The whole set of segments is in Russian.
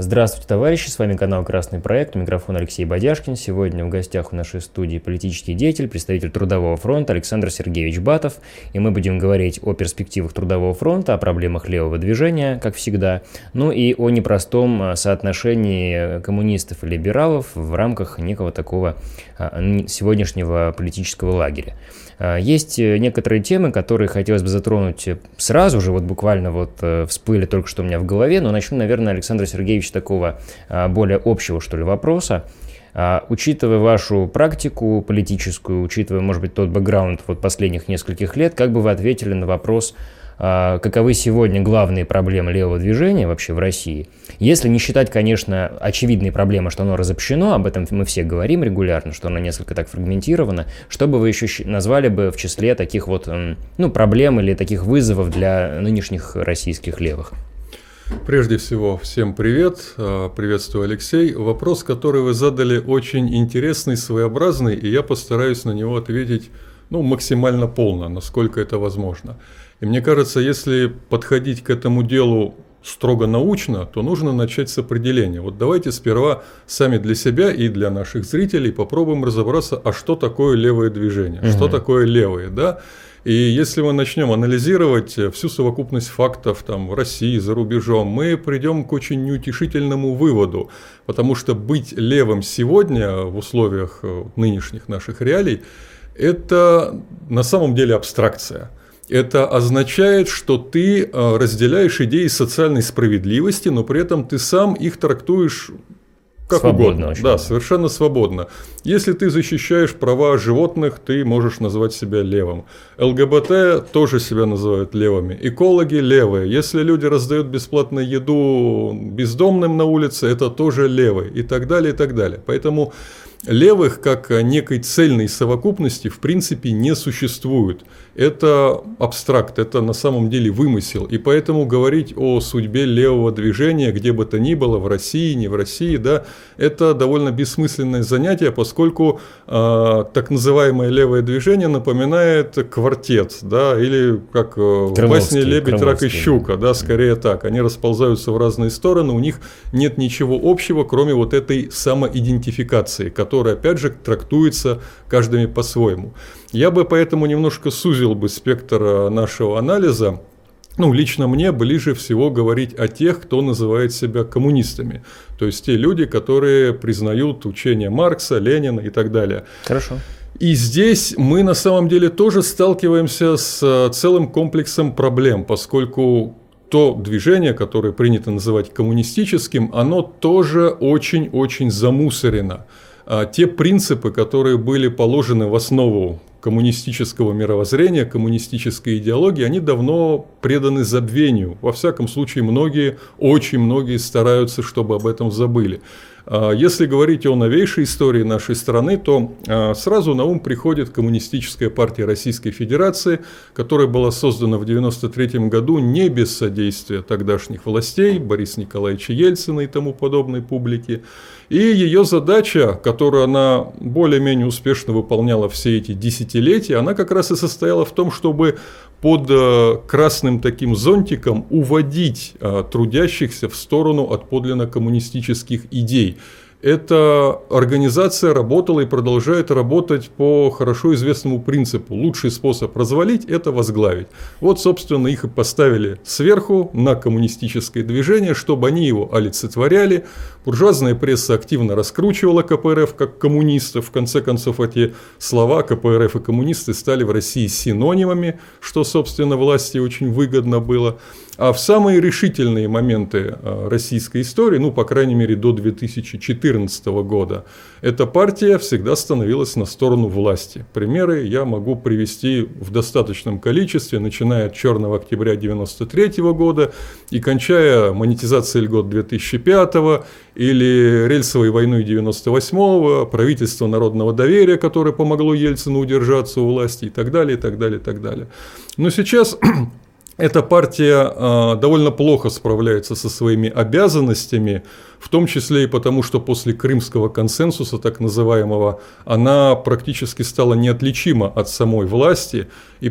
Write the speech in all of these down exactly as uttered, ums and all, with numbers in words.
Здравствуйте, товарищи, с вами канал «Красный проект», у микрофона Алексей Бодяшкин. Сегодня в гостях в нашей студии политический деятель, представитель Трудового фронта Александр Сергеевич Батов. И мы будем говорить о перспективах Трудового фронта, о проблемах левого движения, как всегда, ну и о непростом соотношении коммунистов и либералов в рамках некого такого сегодняшнего политического лагеря. Есть некоторые темы, которые хотелось бы затронуть сразу же, вот буквально вот всплыли только что у меня в голове, но начну, наверное, Александр Сергеевич, с такого более общего, что ли, вопроса. Учитывая вашу практику политическую, учитывая, может быть, тот бэкграунд вот последних нескольких лет, как бы вы ответили на вопрос, каковы сегодня главные проблемы левого движения вообще в России? Если не считать, конечно, очевидной проблемы, что оно разобщено, об этом мы все говорим регулярно, что оно несколько так фрагментировано, что бы вы еще назвали бы в числе таких вот, ну, проблем или таких вызовов для нынешних российских левых? Прежде всего, всем привет, приветствую, Алексей. Вопрос, который вы задали, очень интересный, своеобразный, и я постараюсь на него ответить, ну, максимально полно, насколько это возможно. И мне кажется, если подходить к этому делу строго научно, то нужно начать с определения. Вот давайте сперва сами для себя и для наших зрителей попробуем разобраться, а что такое левое движение, угу. что такое левые, да? И если мы начнем анализировать всю совокупность фактов там, в России, за рубежом, мы придем к очень неутешительному выводу, потому что быть левым сегодня в условиях нынешних наших реалий – это на самом деле абстракция. Это означает, что ты разделяешь идеи социальной справедливости, но при этом ты сам их трактуешь как свободно, угодно. Очень, да, да, совершенно свободно. Если ты защищаешь права животных, ты можешь назвать себя левым. ЛГБТ тоже себя называют левыми. Экологи левые. Если люди раздают бесплатную еду бездомным на улице, это тоже левые. И так далее, и так далее. Поэтому левых как некой цельной совокупности в принципе не существует. Это абстракт, это на самом деле вымысел. И поэтому говорить о судьбе левого движения, где бы то ни было, в России, не в России, да, это довольно бессмысленное занятие, поскольку э, так называемое левое движение напоминает квартет, да, или как в басне «Лебедь, рак и щука», да, скорее так. Они расползаются в разные стороны, у них нет ничего общего, кроме вот этой самоидентификации, которая, опять же, трактуется каждым по-своему. Я бы поэтому немножко сузил бы спектр нашего анализа. Ну, лично мне ближе всего говорить о тех, кто называет себя коммунистами. То есть те люди, которые признают учения Маркса, Ленина и так далее. Хорошо. И здесь мы на самом деле тоже сталкиваемся с целым комплексом проблем, поскольку то движение, которое принято называть коммунистическим, оно тоже очень-очень замусорено. А те принципы, которые были положены в основу коммунистического мировоззрения, коммунистической идеологии, они давно преданы забвению. Во всяком случае, многие, очень многие стараются, чтобы об этом забыли. Если говорить о новейшей истории нашей страны, то сразу на ум приходит Коммунистическая партия Российской Федерации, которая была создана в девяносто третьем году не без содействия тогдашних властей, Бориса Николаевича Ельцина и тому подобной публики. И ее задача, которую она более-менее успешно выполняла все эти десятилетия, она как раз и состояла в том, чтобы под красным таким зонтиком уводить трудящихся в сторону от подлинно коммунистических идей. Эта организация работала и продолжает работать по хорошо известному принципу. Лучший способ развалить – это возглавить. Вот, собственно, их и поставили сверху на коммунистическое движение, чтобы они его олицетворяли. Буржуазная пресса активно раскручивала ка пэ эр эф как коммунистов. В конце концов, эти слова ка пэ эр эф и коммунисты стали в России синонимами, что, собственно, власти очень выгодно было. А в самые решительные моменты российской истории, ну, по крайней мере, до две тысячи четырнадцатого года, эта партия всегда становилась на сторону власти. Примеры я могу привести в достаточном количестве, начиная от черного октября девяносто третьего года и кончая монетизацией льгот две тысячи пятого или рельсовой войной девяносто восьмого, правительство народного доверия, которое помогло Ельцину удержаться у власти и так далее, и так далее, и так далее. Но сейчас эта партия э, довольно плохо справляется со своими обязанностями, в том числе и потому, что после Крымского консенсуса, так называемого, она практически стала неотличима от самой власти, и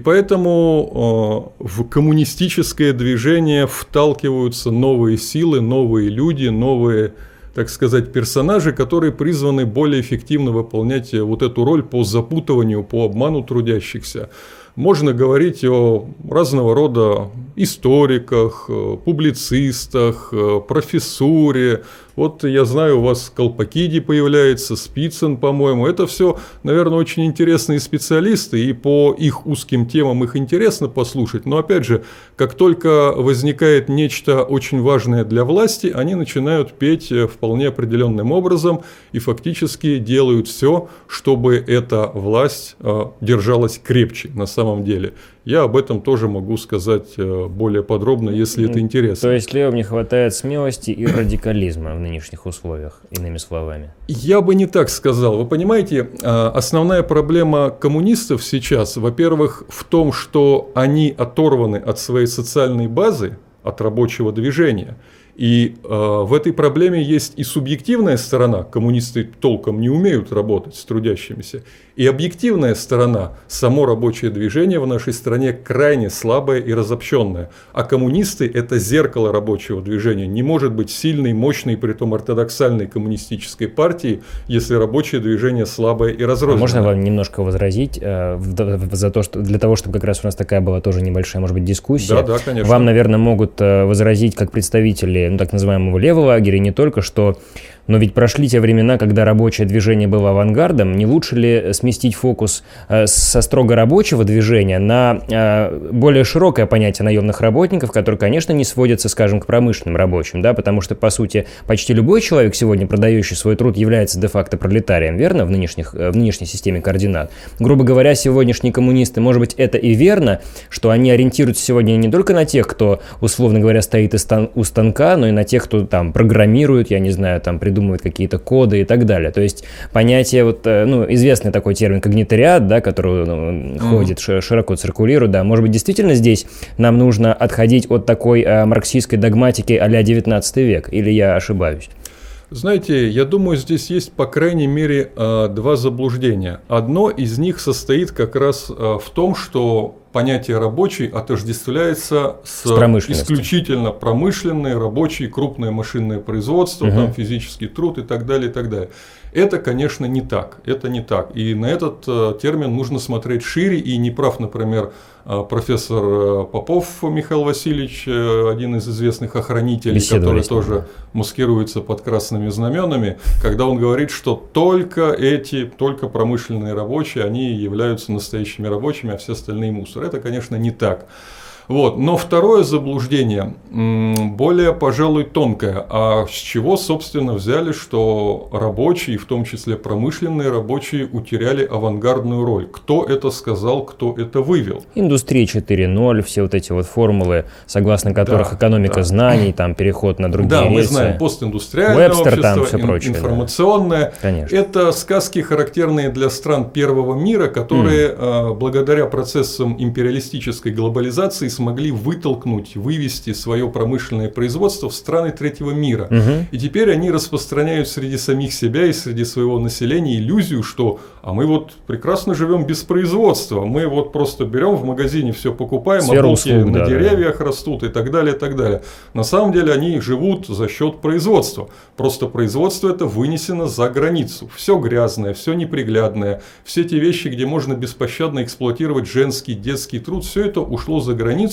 поэтому э, в коммунистическое движение вталкиваются новые силы, новые люди, новые, так сказать, персонажи, которые призваны более эффективно выполнять вот эту роль по запутыванию, по обману трудящихся. Можно говорить о разного рода историках, публицистах, профессуре. Вот я знаю, у вас Колпакиди появляется, Спицын, по-моему. Это все, наверное, очень интересные специалисты, и по их узким темам их интересно послушать. Но, опять же, как только возникает нечто очень важное для власти, они начинают петь вполне определенным образом и фактически делают все, чтобы эта власть держалась крепче на самом деле. Я об этом тоже могу сказать более подробно, если это интересно. То есть левым не хватает смелости и радикализма в нынешних условиях, иными словами? Я бы не так сказал. Вы понимаете, основная проблема коммунистов сейчас, во-первых, в том, что они оторваны от своей социальной базы, от рабочего движения. И э, в этой проблеме есть и субъективная сторона, коммунисты толком не умеют работать с трудящимися, и объективная сторона, само рабочее движение в нашей стране крайне слабое и разобщенное. А коммунисты – это зеркало рабочего движения. Не может быть сильной, мощной, притом ортодоксальной коммунистической партии, если рабочее движение слабое и разрозненное. А можно вам немножко возразить э, за то, что для того, чтобы как раз у нас такая была тоже небольшая, может быть, дискуссия? Да, да, конечно. Вам, наверное, могут э, возразить как представители, ну, так называемого левого лагеря, не только что, но ведь прошли те времена, когда рабочее движение было авангардом. Не лучше ли сместить фокус э, со строго рабочего движения на э, более широкое понятие наемных работников, которые, конечно, не сводятся, скажем, к промышленным рабочим, да, потому что, по сути, почти любой человек сегодня, продающий свой труд, является де-факто пролетарием, верно, в, нынешних, в нынешней системе координат. Грубо говоря, сегодняшние коммунисты, может быть, это и верно, что они ориентируются сегодня не только на тех, кто, условно говоря, стоит у станка, но и на тех, кто там программирует, я не знаю, там придумывает какие-то коды и так далее. То есть понятие, вот, ну, известный такой термин когнитариат, да, который ну, mm-hmm. ходит, широко циркулирует, да, может быть, действительно здесь нам нужно отходить от такой а, марксистской догматики а-ля девятнадцатый век, или я ошибаюсь? Знаете, я думаю, здесь есть, по крайней мере, два заблуждения. Одно из них состоит как раз в том, что понятие рабочий отождествляется с, с исключительно промышленное, рабочее, крупное машинное производство, угу. там физический труд и так далее, и так далее. Это, конечно, не так. Это не так. И на этот э, термин нужно смотреть шире. И не прав, например, э, профессор Попов Михаил Васильевич, э, один из известных охранителей, который тоже маскируется под красными знаменами, когда он говорит, что только эти, только промышленные рабочие, они являются настоящими рабочими, а все остальные мусор. Это, конечно, не так. Вот. Но второе заблуждение, более, пожалуй, тонкое. А с чего, собственно, взяли, что рабочие, в том числе промышленные рабочие, утеряли авангардную роль? Кто это сказал, кто это вывел? Индустрия четыре ноль, все вот эти вот формулы, согласно которых да, экономика да. знаний, там переход на другие да, рельсы. Да, мы знаем постиндустриальное Вебстер, общество, там все прочее, информационное. Да. Это сказки, характерные для стран первого мира, которые mm. благодаря процессам империалистической глобализации смогли вытолкнуть, вывести свое промышленное производство в страны третьего мира. Угу. И теперь они распространяют среди самих себя и среди своего населения иллюзию, что а мы вот прекрасно живем без производства, мы вот просто берем в магазине все покупаем, а булки на да, деревьях да. растут и так далее, и так далее. На самом деле они живут за счет производства. Просто производство это вынесено за границу. Все грязное, все неприглядное, все те вещи, где можно беспощадно эксплуатировать женский, детский труд, все это ушло за границу.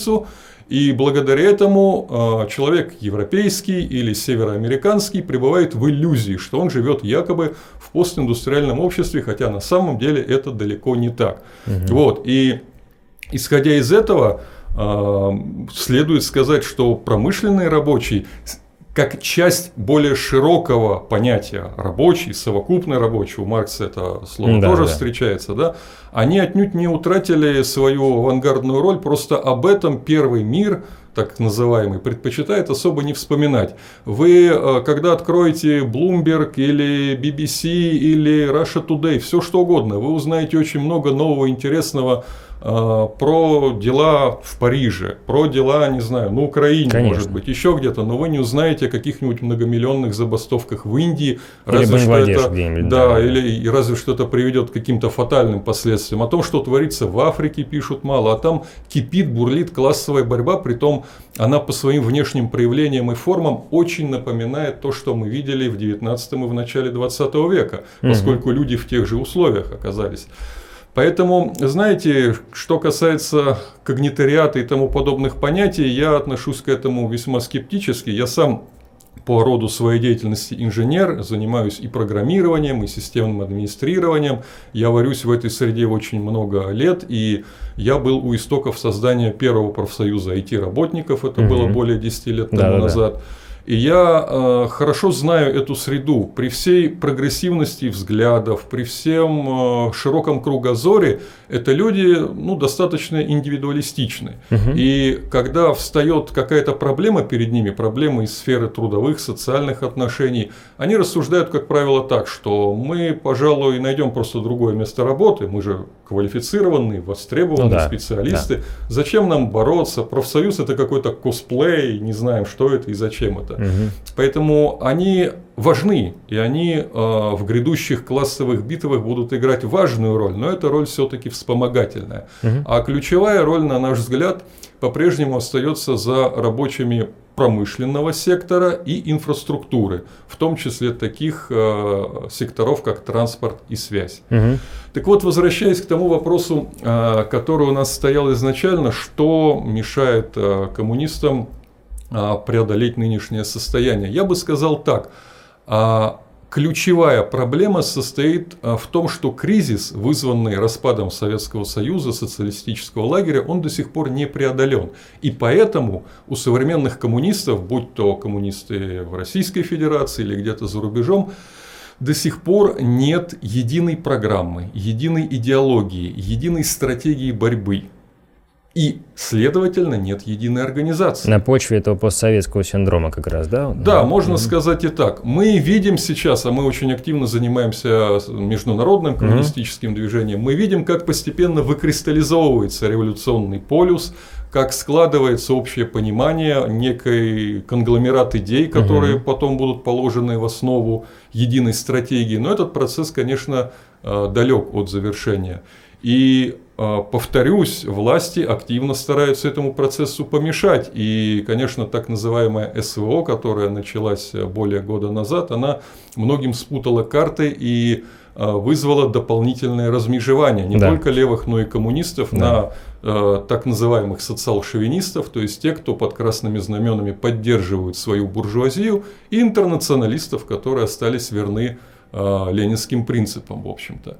И благодаря этому э, человек европейский или североамериканский пребывает в иллюзии, что он живет якобы в постиндустриальном обществе, хотя на самом деле это далеко не так. Угу. Вот. И исходя из этого, э, следует сказать, что промышленные рабочие, как часть более широкого понятия рабочий, совокупный рабочий, у Маркса это слово да, тоже да. встречается, да, они отнюдь не утратили свою авангардную роль, просто об этом первый мир, так называемый, предпочитает особо не вспоминать. Вы, когда откроете Bloomberg или би би си или Russia Today, все что угодно, вы узнаете очень много нового интересного про дела в Париже, про дела, не знаю, на Украине, Конечно. может быть, еще где-то, но вы не узнаете о каких-нибудь многомиллионных забастовках в Индии, или разве что это, да, да. Или разве что это приведет к каким-то фатальным последствиям. О том, что творится в Африке, пишут мало, а там кипит, бурлит классовая борьба, притом она по своим внешним проявлениям и формам очень напоминает то, что мы видели в девятнадцатом и в начале двадцатого века, угу. поскольку люди в тех же условиях оказались. Поэтому, знаете, что касается когнитариата и тому подобных понятий, я отношусь к этому весьма скептически. Я сам по роду своей деятельности инженер, занимаюсь и программированием, и системным администрированием. Я варюсь в этой среде очень много лет, и я был у истоков создания первого профсоюза ай ти-работников, это mm-hmm. было более десяти лет тому Да-да-да. назад. И я э, хорошо знаю эту среду. При всей прогрессивности взглядов, при всем э, широком кругозоре, это люди ну, достаточно индивидуалистичны. Угу. И когда встает какая-то проблема перед ними, проблема из сферы трудовых, социальных отношений, они рассуждают, как правило, так, что мы, пожалуй, найдем просто другое место работы, мы же квалифицированные, востребованные ну, да, специалисты. Да. Зачем нам бороться? Профсоюз – это какой-то косплей, не знаем, что это и зачем это. Угу. Поэтому они важны, и они э, в грядущих классовых битвах будут играть важную роль, но эта роль все-таки вспомогательная. Угу. А ключевая роль, на наш взгляд, по-прежнему остается за рабочими промышленного сектора и инфраструктуры, в том числе таких э, секторов, как транспорт и связь. Угу. Так вот, возвращаясь к тому вопросу, э, который у нас стоял изначально, что мешает э, коммунистам э, преодолеть нынешнее состояние, я бы сказал так. Э, Ключевая проблема состоит в том, что кризис, вызванный распадом Советского Союза, социалистического лагеря, он до сих пор не преодолен. И поэтому у современных коммунистов, будь то коммунисты в Российской Федерации или где-то за рубежом, до сих пор нет единой программы, единой идеологии, единой стратегии борьбы. И, следовательно, нет единой организации. На почве этого постсоветского синдрома как раз, да? Да, можно mm-hmm. сказать и так. Мы видим сейчас, а мы очень активно занимаемся международным коммунистическим mm-hmm. движением, мы видим, как постепенно выкристаллизовывается революционный полюс, как складывается общее понимание, некий конгломерат идей, которые mm-hmm. потом будут положены в основу единой стратегии. Но этот процесс, конечно, далек от завершения. И, повторюсь, власти активно стараются этому процессу помешать. И, конечно, так называемая эс вэ о, которая началась более года назад, она многим спутала карты и вызвала дополнительное размежевание не да. только левых, но и коммунистов да. на так называемых социал-шовинистов, то есть тех, кто под красными знаменами поддерживают свою буржуазию, и интернационалистов, которые остались верны ленинским принципам, в общем-то.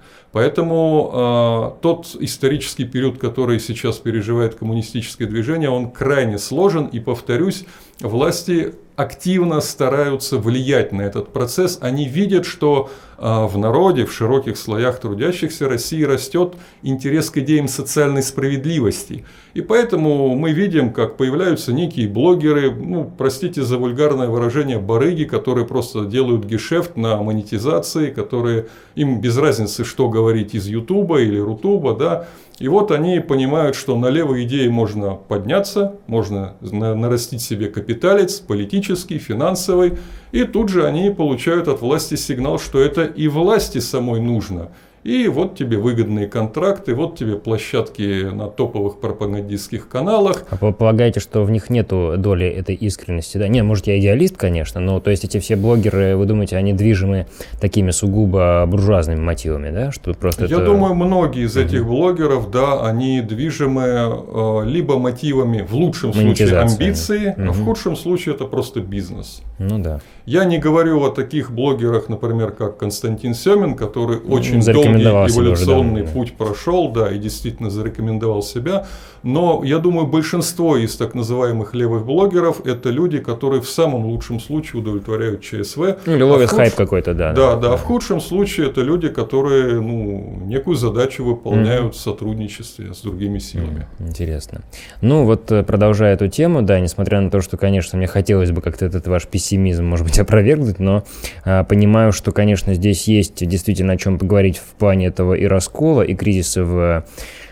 Поэтому э, тот исторический период, который сейчас переживает коммунистическое движение, он крайне сложен, и, повторюсь, власти активно стараются влиять на этот процесс. Они видят, что э, в народе, в широких слоях трудящихся России растет интерес к идеям социальной справедливости. И поэтому мы видим, как появляются некие блогеры, ну, простите за вульгарное выражение, барыги, которые просто делают гешефт на монетизации, которые им без разницы, что говорить из Ютуба или Рутуба, да. И вот они понимают, что на левой идее можно подняться, можно нарастить себе капиталец политический, финансовый, и тут же они получают от власти сигнал, что это и власти самой нужно. И вот тебе выгодные контракты, вот тебе площадки на топовых пропагандистских каналах. А вы полагаете, что в них нету доли этой искренности? Да? Не, может, я идеалист, конечно, но то есть эти все блогеры, вы думаете, они движимы такими сугубо буржуазными мотивами, да? Что просто я это... думаю, многие из этих угу. блогеров, да, они движимы э, либо мотивами, в лучшем случае, амбиции, угу. а в худшем случае это просто бизнес. Ну да. Я не говорю о таких блогерах, например, как Константин Семин, который ну, очень долгий эволюционный уже, да, путь прошел, да, и действительно зарекомендовал себя. Но я думаю, большинство из так называемых левых блогеров это люди, которые в самом лучшем случае удовлетворяют че эс вэ. Или ловят а хайп какой-то, да. Да, да, да. А в худшем случае это люди, которые ну, некую задачу выполняют mm-hmm. в сотрудничестве с другими силами. Mm-hmm. Интересно. Ну вот, продолжая эту тему, да, несмотря на то, что, конечно, мне хотелось бы как-то этот ваш пессимизм, может быть, опровергнуть, но а, понимаю, что, конечно, здесь есть действительно о чем поговорить в плане этого и раскола, и кризиса в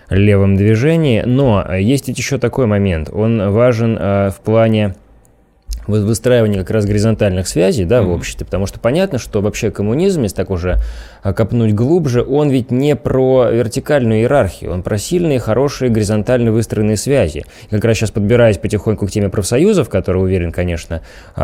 левом движении. Но есть ведь еще такой момент. Он важен э, в плане выстраивание как раз горизонтальных связей, да, mm-hmm. в обществе, потому что понятно, что вообще коммунизм, если так уже копнуть глубже, он ведь не про вертикальную иерархию, он про сильные, хорошие, горизонтально выстроенные связи. И как раз сейчас подбираясь потихоньку к теме профсоюзов, которая, уверен, конечно,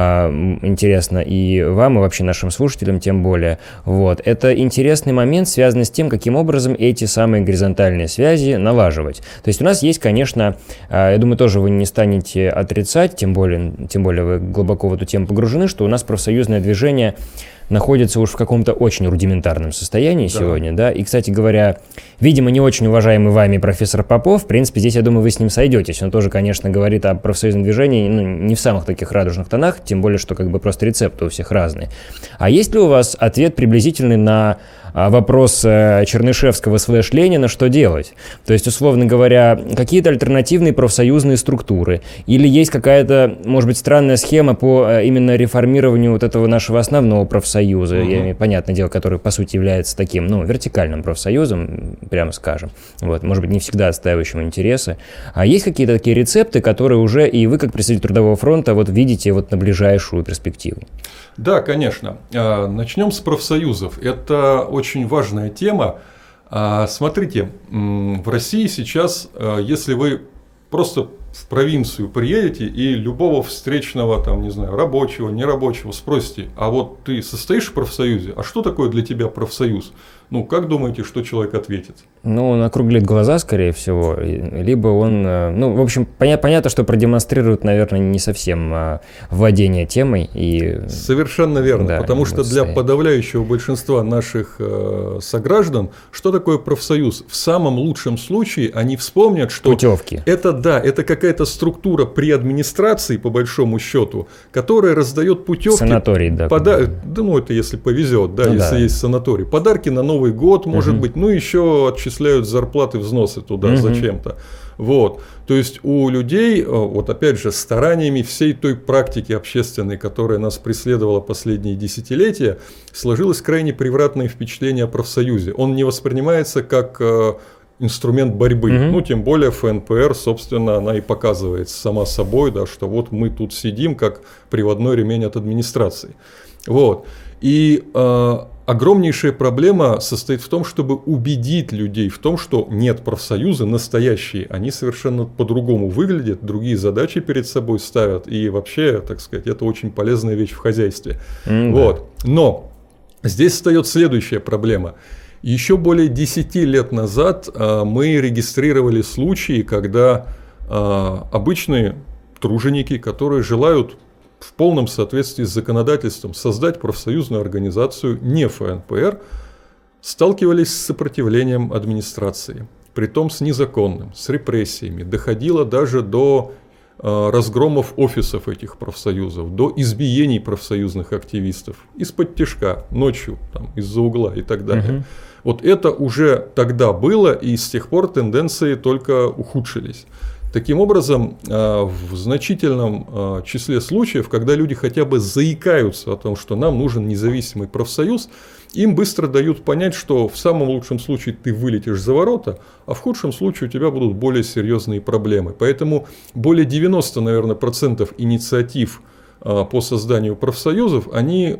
интересно и вам, и вообще нашим слушателям тем более, вот, это интересный момент, связанный с тем, каким образом эти самые горизонтальные связи налаживать. То есть у нас есть, конечно, я думаю, тоже вы не станете отрицать, тем более, тем более вы глубоко в эту тему погружены, что у нас профсоюзное движение находится уж в каком-то очень рудиментарном состоянии да. сегодня, да, и, кстати говоря, видимо, не очень уважаемый вами профессор Попов, в принципе, здесь, я думаю, вы с ним сойдетесь, он тоже, конечно, говорит о профсоюзном движении, ну, не в самых таких радужных тонах, тем более, что как бы просто рецепты у всех разные. А есть ли у вас ответ приблизительный на вопрос Чернышевского слэш Ленина, что делать? То есть, условно говоря, какие-то альтернативные профсоюзные структуры, или есть какая-то, может быть, странная схема по именно реформированию вот этого нашего основного профсоюза, Uh-huh. я имею, понятное дело, который, по сути, является таким, ну, вертикальным профсоюзом, прямо скажем, вот, может быть, не всегда отстаивающим интересы. А есть какие-то такие рецепты, которые уже и вы, как представитель Трудового фронта, вот видите вот на ближайшую перспективу? Да, конечно. Начнем с профсоюзов. Это очень важная тема. Смотрите, в России сейчас, если вы просто в провинцию приедете и любого встречного, там, не знаю, рабочего, нерабочего спросите, а вот ты состоишь в профсоюзе, а что такое для тебя профсоюз? Ну, как думаете, что человек ответит? Ну, он округлит глаза, скорее всего, либо он, ну, в общем, поня- понятно, что продемонстрирует, наверное, не совсем а, владение темой. И... Совершенно верно, да, потому что для подавляющего большинства наших э, сограждан, что такое профсоюз? В самом лучшем случае они вспомнят, что путевки. Это, да, это какая-то структура при администрации, по большому счету, которая раздает путевки. Санаторий, да. Пода- да, ну, это если повезет, да, ну, если да. есть санаторий. Подарки на Новый год, может uh-huh. быть, ну, еще отчисляют зарплаты, взносы туда uh-huh. зачем-то. Вот. То есть у людей, вот опять же, стараниями всей той практики общественной, которая нас преследовала последние десятилетия, сложилось крайне превратное впечатление о профсоюзе. Он не воспринимается как э, инструмент борьбы. Mm-hmm. Ну, тем более эф эн пэ эр, собственно, она и показывает сама собой, да, что вот мы тут сидим, как приводной ремень от администрации. Вот. И э, огромнейшая проблема состоит в том, чтобы убедить людей в том, что нет, профсоюзы настоящие, они совершенно по-другому выглядят, другие задачи перед собой ставят, и вообще, так сказать, это очень полезная вещь в хозяйстве. Mm-hmm. Вот. Но здесь встает следующая проблема. Еще более десяти лет назад э, мы регистрировали случаи, когда э, обычные труженики, которые желают в полном соответствии с законодательством создать профсоюзную организацию не эф эн пэ эр, сталкивались с сопротивлением администрации, притом с незаконным, с репрессиями. Доходило даже до э, разгромов офисов этих профсоюзов, до избиений профсоюзных активистов из-под тишка, ночью, там, из-за угла и так далее. Uh-huh. Вот это уже тогда было, и с тех пор тенденции только ухудшились. Таким образом, в значительном числе случаев, когда люди хотя бы заикаются о том, что нам нужен независимый профсоюз, им быстро дают понять, что в самом лучшем случае ты вылетишь за ворота, а в худшем случае у тебя будут более серьезные проблемы. Поэтому более девяносто, наверное, процентов инициатив по созданию профсоюзов, они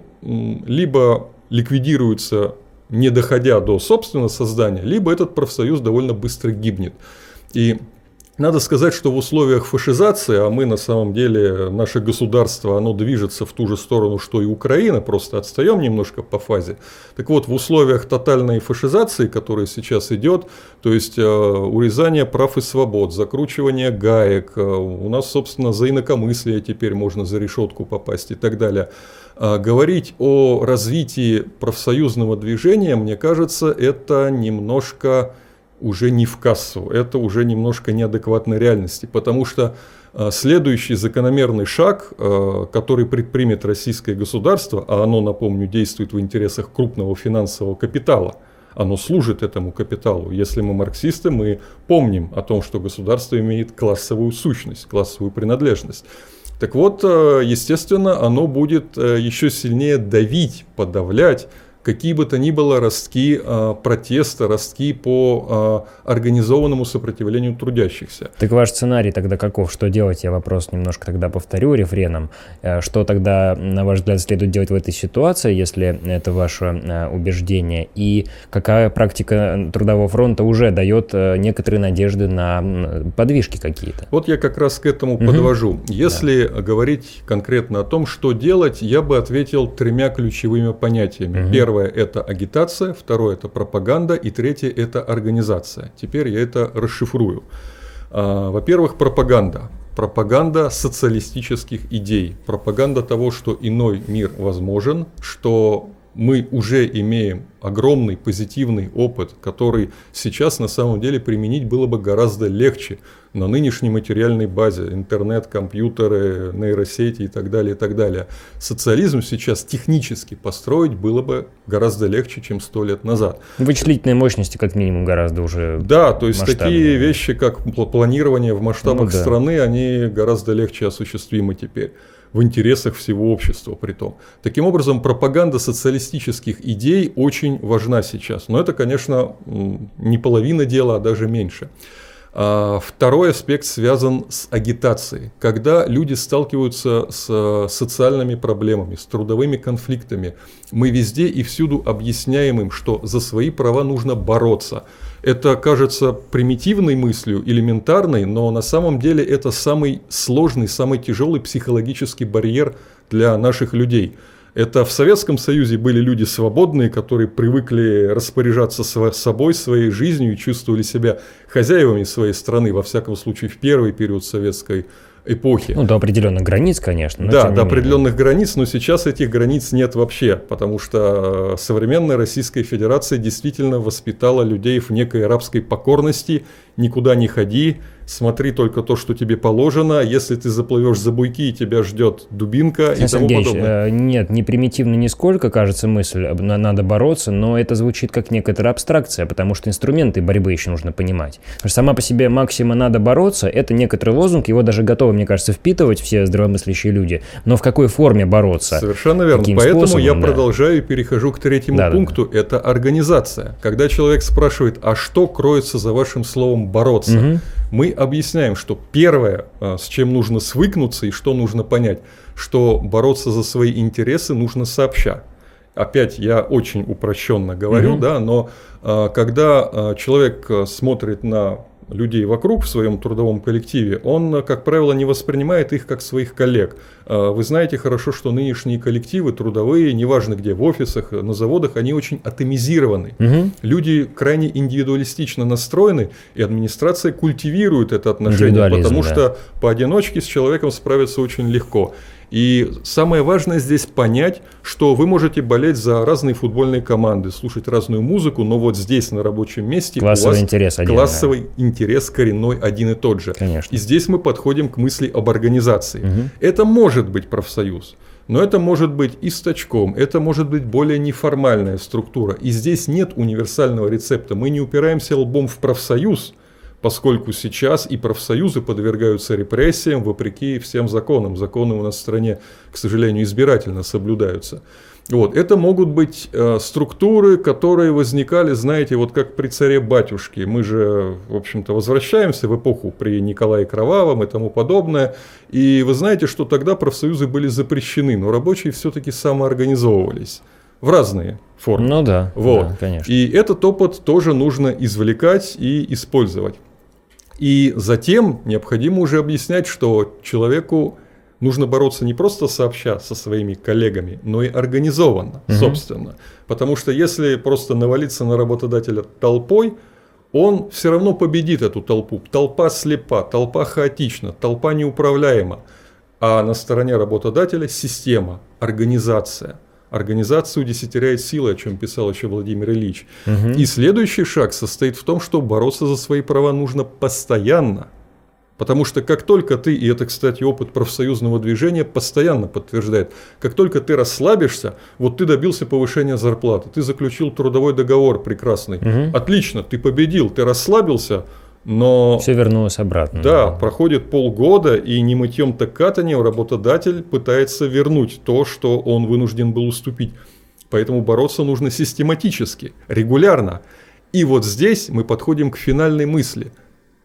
либо ликвидируются, не доходя до собственного создания, либо этот профсоюз довольно быстро гибнет. И надо сказать, что в условиях фашизации, а мы на самом деле, наше государство, оно движется в ту же сторону, что и Украина, просто отстаем немножко по фазе. Так вот, в условиях тотальной фашизации, которая сейчас идет, то есть э, урезание прав и свобод, закручивание гаек, э, у нас, собственно, за инакомыслие теперь можно за решетку попасть и так далее. Э, говорить о развитии профсоюзного движения, мне кажется, это немножко уже не в кассу, это уже немножко неадекватной реальности, потому что э, следующий закономерный шаг, э, который предпримет российское государство, а оно, напомню, действует в интересах крупного финансового капитала, оно служит этому капиталу. Если мы марксисты, мы помним о том, что государство имеет классовую сущность, классовую принадлежность. Так вот, э, естественно, оно будет э, еще сильнее давить, подавлять какие бы то ни было ростки э, протеста, ростки по э, организованному сопротивлению трудящихся. Так ваш сценарий тогда каков? Что делать? Я вопрос немножко тогда повторю рефреном. Что тогда, на ваш взгляд, следует делать в этой ситуации, если это ваше э, убеждение? И какая практика Трудового фронта уже дает э, некоторые надежды на подвижки какие-то? Вот я как раз к этому угу. подвожу. Если да. говорить конкретно о том, что делать, я бы ответил тремя ключевыми понятиями. Угу. Первое – это агитация, второе – это пропаганда, и третье – это организация. Теперь я это расшифрую. Во-первых, пропаганда. Пропаганда социалистических идей, пропаганда того, что иной мир возможен, что мы уже имеем огромный позитивный опыт, который сейчас на самом деле применить было бы гораздо легче на нынешней материальной базе, интернет, компьютеры, нейросети и так далее, и так далее. Социализм сейчас технически построить было бы гораздо легче, чем сто лет назад. Вычислительные мощности как минимум гораздо уже Да, то есть масштабнее. Такие вещи, как планирование в масштабах ну, да. страны, они гораздо легче осуществимы теперь. В интересах всего общества притом. Таким образом, пропаганда социалистических идей очень важна сейчас. Но это, конечно, не половина дела, а даже меньше. Второй аспект связан с агитацией. Когда люди сталкиваются с социальными проблемами, с трудовыми конфликтами, мы везде и всюду объясняем им, что за свои права нужно бороться. Это кажется примитивной мыслью, элементарной, но на самом деле это самый сложный, самый тяжелый психологический барьер для наших людей. Это в Советском Союзе были люди свободные, которые привыкли распоряжаться собой, своей жизнью и чувствовали себя хозяевами своей страны, во всяком случае в первый период советской эпохи. Ну, до определенных границ, конечно. Да, до определенных границ, но сейчас этих границ нет вообще, потому что современная Российская Федерация действительно воспитала людей в некой рабской покорности, никуда не ходи, смотри только то, что тебе положено, если ты заплывешь за буйки, тебя ждет дубинка и тому подобное. Э, нет, не примитивно нисколько, кажется, мысль, надо бороться, но это звучит как некоторая абстракция, потому что инструменты борьбы еще нужно понимать. Потому что сама по себе максима «надо бороться» — это некоторый лозунг, его даже готовы, мне кажется, впитывать все здравомыслящие люди, но в какой форме бороться? Совершенно верно, Каким поэтому способом, я да. продолжаю и перехожу к третьему да, пункту, да, да. это организация. Когда человек спрашивает, а что кроется за вашим словом «бороться», угу. мы объясняем, что первое, с чем нужно свыкнуться и что нужно понять, что бороться за свои интересы нужно сообща. Опять я очень упрощенно говорю, mm-hmm. да, но а, когда а, человек смотрит на людей вокруг в своем трудовом коллективе, он, как правило, не воспринимает их как своих коллег. Вы знаете хорошо, что нынешние коллективы трудовые, неважно где, в офисах, на заводах, они очень атомизированы. Угу. Люди крайне индивидуалистично настроены, и администрация культивирует это отношение, потому да. что поодиночке с человеком справиться очень легко. И самое важное здесь понять, что вы можете болеть за разные футбольные команды, слушать разную музыку, но вот здесь, на рабочем месте, классовый у вас интерес один, классовый да. интерес коренной один и тот же. Конечно. И здесь мы подходим к мысли об организации. Угу. Это может быть профсоюз, но это может быть источком, это может быть более неформальная структура. И здесь нет универсального рецепта. Мы не упираемся лбом в профсоюз, поскольку сейчас и профсоюзы подвергаются репрессиям вопреки всем законам. Законы у нас в стране, к сожалению, избирательно соблюдаются. Вот. Это могут быть э, структуры, которые возникали, знаете, вот как при царе-батюшке. Мы же, в общем-то, возвращаемся в эпоху при Николае Кровавом и тому подобное. И вы знаете, что тогда профсоюзы были запрещены, но рабочие все-таки самоорганизовывались в разные формы. Ну да, вот. да, конечно. И этот опыт тоже нужно извлекать и использовать. И затем необходимо уже объяснять, что человеку нужно бороться не просто сообща со своими коллегами, но и организованно, угу. собственно. Потому что если просто навалиться на работодателя толпой, он все равно победит эту толпу. Толпа слепа, толпа хаотична, толпа неуправляема. А на стороне работодателя система, организация. Организация удесятеряет силы, о чем писал еще Владимир Ильич. Угу. И следующий шаг состоит в том, что бороться за свои права нужно постоянно. Потому что как только ты, и это, кстати, опыт профсоюзного движения постоянно подтверждает, как только ты расслабишься, вот ты добился повышения зарплаты, ты заключил трудовой договор прекрасный, угу. отлично, ты победил, ты расслабился, но... Все вернулось обратно. Да, да, проходит полгода, и не мытьем так катаньем работодатель пытается вернуть то, что он вынужден был уступить. Поэтому бороться нужно систематически, регулярно. И вот здесь мы подходим к финальной мысли.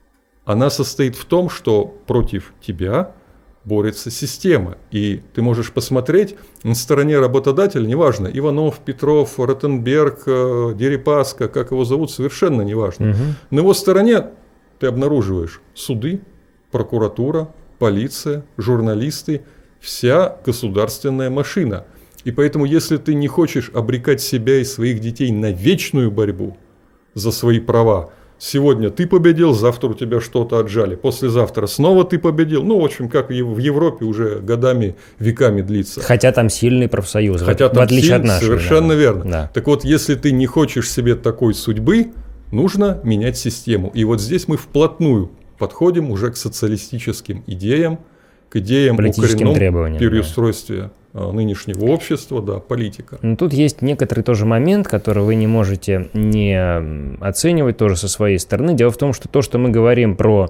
Она состоит в том, что против тебя борется система. И ты можешь посмотреть на стороне работодателя, неважно, Иванов, Петров, Ротенберг, Дерипаска, как его зовут, совершенно неважно. Угу. На его стороне ты обнаруживаешь суды, прокуратура, полиция, журналисты, вся государственная машина. И поэтому, если ты не хочешь обрекать себя и своих детей на вечную борьбу за свои права, сегодня ты победил, завтра у тебя что-то отжали, послезавтра снова ты победил. Ну, в общем, как в Европе уже годами, веками длится. Хотя там сильный профсоюз, Хотя в там отличие силь, от нашего. Совершенно да. верно. Да. Так вот, если ты не хочешь себе такой судьбы, нужно менять систему. И вот здесь мы вплотную подходим уже к социалистическим идеям, к идеям о коренном переустройстве да. нынешнего общества, да, политика. Но тут есть некоторый тоже момент, который вы не можете не оценивать тоже со своей стороны. Дело в том, что то, что мы говорим про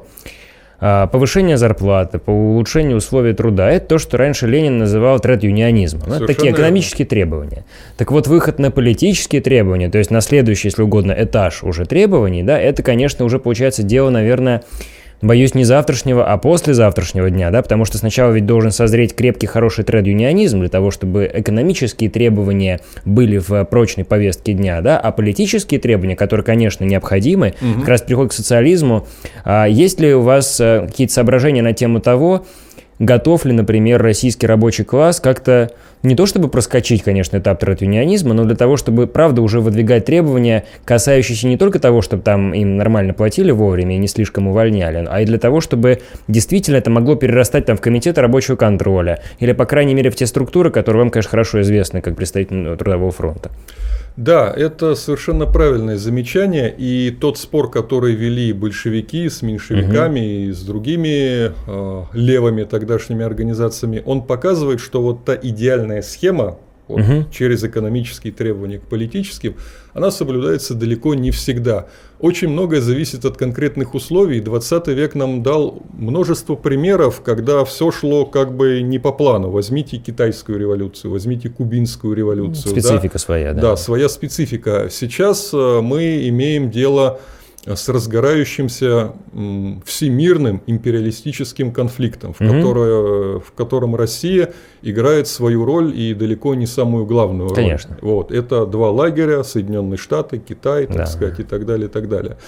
повышение зарплаты, по улучшению условий труда, это то, что раньше Ленин называл тред-юнионизмом. Это такие экономические верно. Требования. Так вот, выход на политические требования, то есть на следующий, если угодно, этаж уже требований, да, это, конечно, уже получается дело, наверное, боюсь, не завтрашнего, а послезавтрашнего дня, да, потому что сначала ведь должен созреть крепкий, хороший тред-юнионизм для того, чтобы экономические требования были в прочной повестке дня, да, а политические требования, которые, конечно, необходимы, угу. как раз приходят к социализму. А есть ли у вас какие-то соображения на тему того, готов ли, например, российский рабочий класс как-то не то чтобы проскочить, конечно, этап тред-юнионизма, но для того, чтобы, правда, уже выдвигать требования, касающиеся не только того, чтобы там им нормально платили вовремя и не слишком увольняли, а и для того, чтобы действительно это могло перерастать там в комитеты рабочего контроля или, по крайней мере, в те структуры, которые вам, конечно, хорошо известны как представитель Трудового фронта. Да, это совершенно правильное замечание, и тот спор, который вели большевики с меньшевиками угу. и с другими э, левыми тогдашними организациями, он показывает, что вот та идеальная схема вот, угу. через экономические требования к политическим, она соблюдается далеко не всегда. Очень многое зависит от конкретных условий. двадцатый век нам дал множество примеров, когда все шло как бы не по плану. Возьмите китайскую революцию, возьмите кубинскую революцию. Специфика да? своя, да. Да, своя специфика. Сейчас мы имеем дело с разгорающимся всемирным империалистическим конфликтом, в, угу. которое, в котором Россия играет свою роль и далеко не самую главную роль. Конечно. Вот. Это два лагеря, Соединенные Штаты, Китай, так да. сказать, и так далее, и так далее.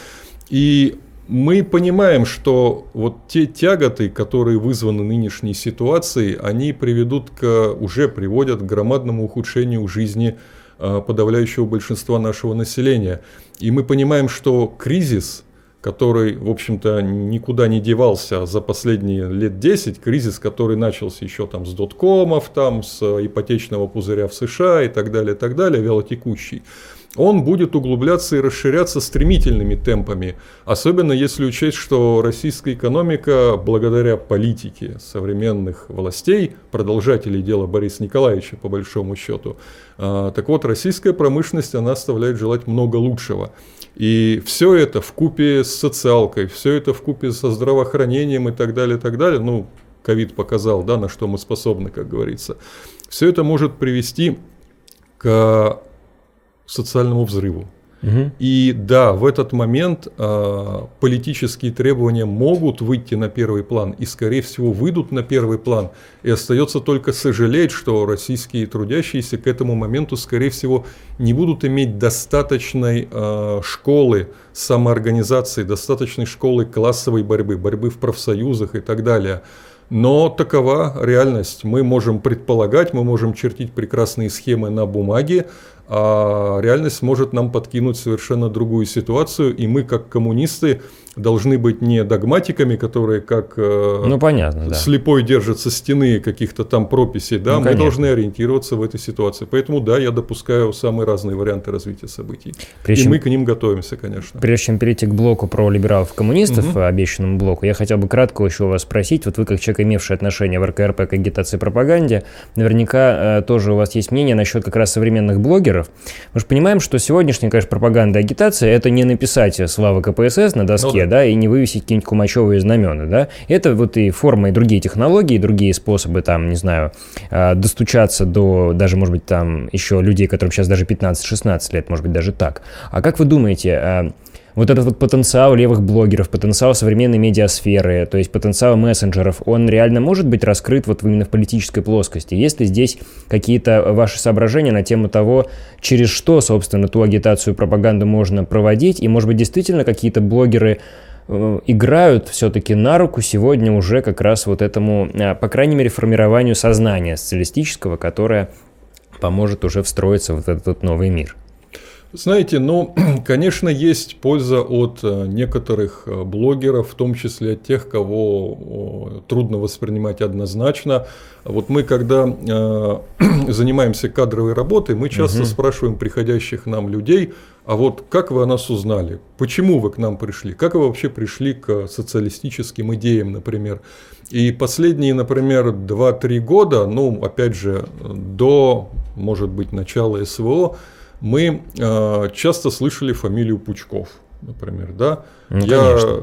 И мы понимаем, что вот те тяготы, которые вызваны нынешней ситуацией, они приведут к, уже приводят к громадному ухудшению жизни подавляющего большинства нашего населения. И мы понимаем, что кризис, который, в общем-то, никуда не девался за последние лет десять, кризис, который начался еще там с доткомов, там, с ипотечного пузыря в США и так далее, и так далее, вялотекущий, он будет углубляться и расширяться стремительными темпами. Особенно если учесть, что российская экономика, благодаря политике современных властей, продолжателей дела Бориса Николаевича, по большому счету, так вот, российская промышленность, она оставляет желать много лучшего. И все это вкупе с социалкой, все это вкупе со здравоохранением и так далее, и так далее, ну, ковид показал, да, на что мы способны, как говорится, все это может привести к социальному взрыву. Угу. И да, в этот момент э, политические требования могут выйти на первый план и, скорее всего, выйдут на первый план. И остается только сожалеть, что российские трудящиеся к этому моменту, скорее всего, не будут иметь достаточной э, школы самоорганизации, достаточной школы классовой борьбы, борьбы в профсоюзах и так далее. Но такова реальность. Мы можем предполагать, мы можем чертить прекрасные схемы на бумаге, а реальность может нам подкинуть совершенно другую ситуацию, и мы, как коммунисты, должны быть не догматиками, которые как ну, понятно, слепой да. держатся стены каких-то там прописей, да, ну, мы конечно. должны ориентироваться в этой ситуации. Поэтому да, я допускаю самые разные варианты развития событий. Прежде и чем, мы к ним готовимся, конечно. Прежде чем перейти к блоку про либералов-коммунистов, угу. обещанному блоку, я хотел бы кратко еще у вас спросить, вот вы как человек, имевший отношение в эр ка эр пэ к агитации и пропаганде, наверняка тоже у вас есть мнение насчет как раз современных блогеров, блогеров. Мы же понимаем, что сегодняшняя, конечно, пропаганда и агитация – это не написать «Слава КПСС» на доске, ну, да. да, и не вывесить какие-нибудь кумачевые знамена, да. Это вот и форма, и другие технологии, и другие способы, там, не знаю, достучаться до, даже, может быть, там, еще людей, которым сейчас даже пятнадцать-шестнадцать лет, может быть, даже так. А как вы думаете, вот этот вот потенциал левых блогеров, потенциал современной медиасферы, то есть потенциал мессенджеров, он реально может быть раскрыт вот именно в политической плоскости? Есть ли здесь какие-то ваши соображения на тему того, через что, собственно, ту агитацию, пропаганду можно проводить, и, может быть, действительно какие-то блогеры э, играют все-таки на руку сегодня уже как раз вот этому, э, по крайней мере, формированию сознания социалистического, которое поможет уже встроиться в этот новый мир? Знаете, ну, конечно, есть польза от некоторых блогеров, в том числе от тех, кого трудно воспринимать однозначно. Вот мы, когда э, занимаемся кадровой работой, мы часто угу. спрашиваем приходящих нам людей, а вот как вы о нас узнали, почему вы к нам пришли, как вы вообще пришли к социалистическим идеям, например. И последние, например, два-три года, ну, опять же, до, может быть, начала СВО, мы э, часто слышали фамилию Пучков, например, да. Ну, я конечно.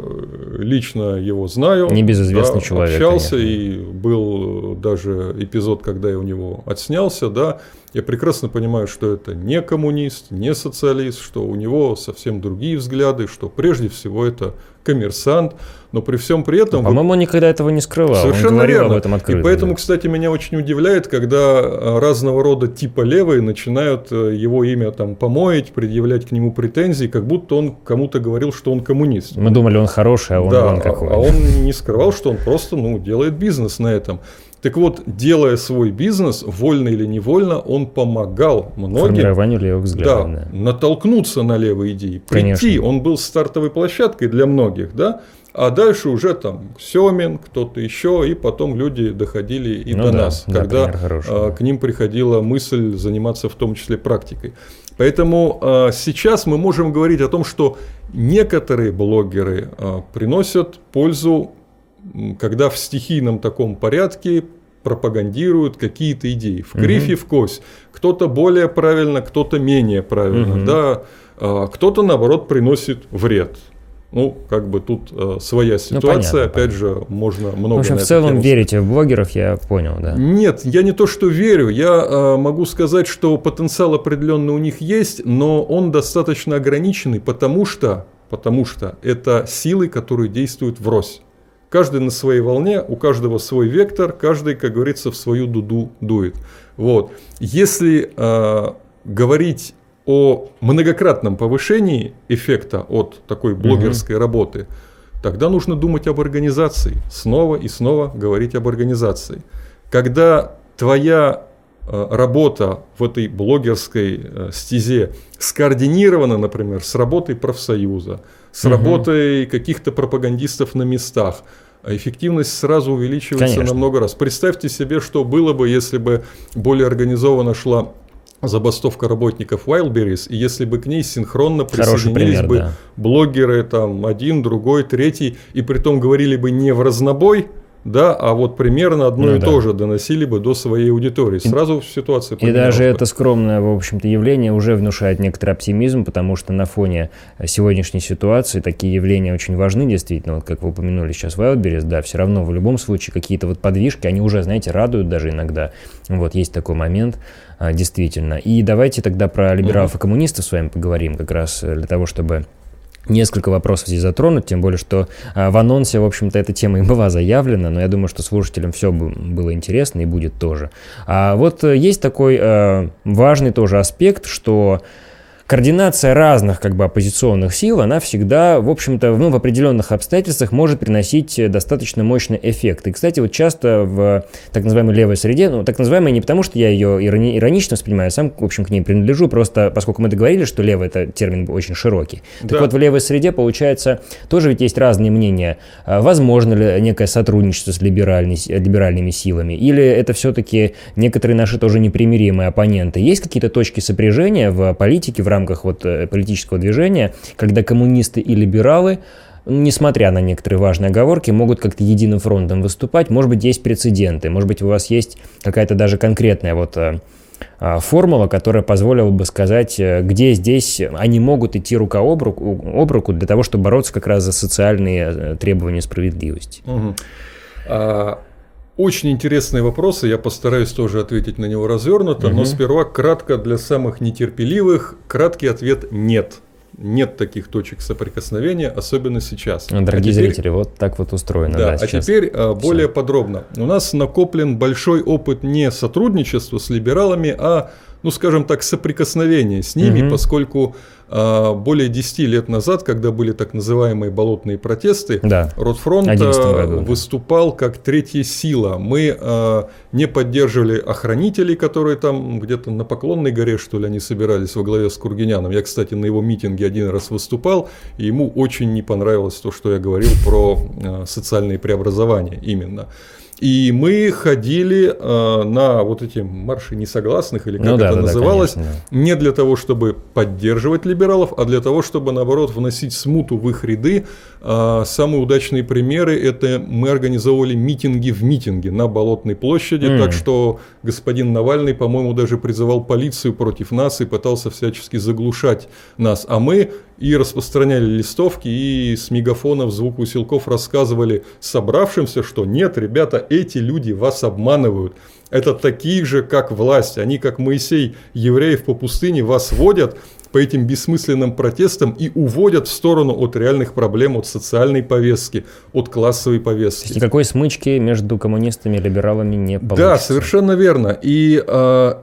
лично его знаю, небезызвестный да, человек, общался, конечно. И был даже эпизод, когда я у него отснялся, да. Я прекрасно понимаю, что это не коммунист, не социалист, что у него совсем другие взгляды, что прежде всего это коммерсант, но при всем при этом... Ну, по-моему, он никогда этого не скрывал, совершенно он говорил верно. об этом открыто. И поэтому, да. кстати, меня очень удивляет, когда разного рода типа левые начинают его имя там помоить, предъявлять к нему претензии, как будто он кому-то говорил, что он коммунист. Мы думали, он хороший, а он, да, он какой. А он не скрывал, что он просто ну, делает бизнес на этом. Так вот, делая свой бизнес, вольно или невольно, он помогал многим формированию левых взглядов, да, да. натолкнуться на левые идеи, Конечно. прийти. Он был стартовой площадкой для многих, да, а дальше уже там Семин, кто-то еще, и потом люди доходили и ну до да, нас, да, когда хороший, а, да. к ним приходила мысль заниматься в том числе практикой. Поэтому а, сейчас мы можем говорить о том, что некоторые блогеры а, приносят пользу, когда в стихийном таком порядке пропагандируют какие-то идеи. В кривь и в кось. Кто-то более правильно, кто-то менее правильно. Угу. Да? А, кто-то, наоборот, приносит вред. Ну, как бы тут э, своя ситуация, ну, понятно, опять понятно. же, можно много. В общем, на в целом тему... верите в блогеров, я понял, да? Нет, я не то, что верю, я э, могу сказать, что потенциал определенный у них есть, но он достаточно ограниченный, потому что, потому что это силы, которые действуют врозь. Каждый на своей волне, у каждого свой вектор, каждый, как говорится, в свою дуду дует. Вот. Если э, говорить о многократном повышении эффекта от такой блогерской угу. работы, тогда нужно думать об организации. Снова и снова говорить об организации. Когда твоя э, работа в этой блогерской э, стезе скоординирована, например, с работой профсоюза, с угу. работой каких-то пропагандистов на местах, эффективность сразу увеличивается Конечно. на много раз. Представьте себе, что было бы, если бы более организованно шла забастовка работников Wildberries, и если бы к ней синхронно присоединились пример, бы да. блогеры, там, один, другой, третий, и притом говорили бы не в разнобой, да, а вот примерно одно ну, и да. то же доносили бы до своей аудитории. Сразу и, ситуация поменялась. И даже бы. это скромное, в общем-то, явление уже внушает некоторый оптимизм, потому что на фоне сегодняшней ситуации такие явления очень важны, действительно. Вот как вы упомянули сейчас Wildberries, да, все равно в любом случае какие-то вот подвижки, они уже, знаете, радуют даже иногда. Вот есть такой момент, действительно. И давайте тогда про либералов mm-hmm. и коммунистов с вами поговорим, как раз для того, чтобы несколько вопросов здесь затронуть, тем более, что а, в анонсе, в общем-то, эта тема и была заявлена, но я думаю, что слушателям все было интересно и будет тоже. А вот есть такой а, важный тоже аспект, что координация разных как бы оппозиционных сил, она всегда, в общем-то, ну, в определенных обстоятельствах может приносить достаточно мощный эффект. И, кстати, вот часто в так называемой левой среде, ну, так называемой не потому, что я ее ирони- иронично воспринимаю, я сам, в общем, к ней принадлежу, просто поскольку мы договорились, что левый – это термин очень широкий. Да. Так вот, в левой среде, получается, тоже ведь есть разные мнения. Возможно ли некое сотрудничество с либеральной, либеральными силами, или это все-таки некоторые наши тоже непримиримые оппоненты? Есть какие-то точки сопряжения в политике, в рамках вот политического движения, когда коммунисты и либералы, несмотря на некоторые важные оговорки, могут как-то единым фронтом выступать? Может быть, есть прецеденты, может быть, у вас есть какая-то даже конкретная вот формула, которая позволила бы сказать, где здесь они могут идти рука об руку, об руку для того, чтобы бороться как раз за социальные требования справедливости. Угу. А, очень интересные вопросы, я постараюсь тоже ответить на него развернуто, угу. но сперва кратко для самых нетерпеливых, краткий ответ – нет. Нет таких точек соприкосновения, особенно сейчас. Дорогие а теперь, зрители, вот так вот устроено. Да, да, а теперь а, более подробно. У нас накоплен большой опыт не сотрудничества с либералами, а, ну скажем так, соприкосновения с ними, угу. поскольку а, более десяти лет назад, когда были так называемые болотные протесты, да. Ротфронт году, выступал да. как третья сила. Мы а, не поддерживали охранителей, которые там где-то на Поклонной горе, что ли, они собирались во главе с Кургиняном. Я, кстати, на его митинге один раз выступал, и ему очень не понравилось то, что я говорил про а, социальные преобразования именно. И мы ходили э, на вот эти марши несогласных, или как ну, да, это да, называлось, да, конечно, да. не для того, чтобы поддерживать либералов, а для того, чтобы, наоборот, вносить смуту в их ряды. Э, самые удачные примеры – это мы организовывали митинги в митинге на Болотной площади, mm. так что господин Навальный, по-моему, даже призывал полицию против нас и пытался всячески заглушать нас. А мы и распространяли листовки, и с мегафонов, звукоусилков рассказывали собравшимся, что нет, ребята, эти люди вас обманывают. Это такие же, как власть. Они, как Моисей, евреев по пустыне, вас водят по этим бессмысленным протестам и уводят в сторону от реальных проблем, от социальной повестки, от классовой повестки. То есть никакой смычки между коммунистами и либералами не получится. Да, совершенно верно. И а,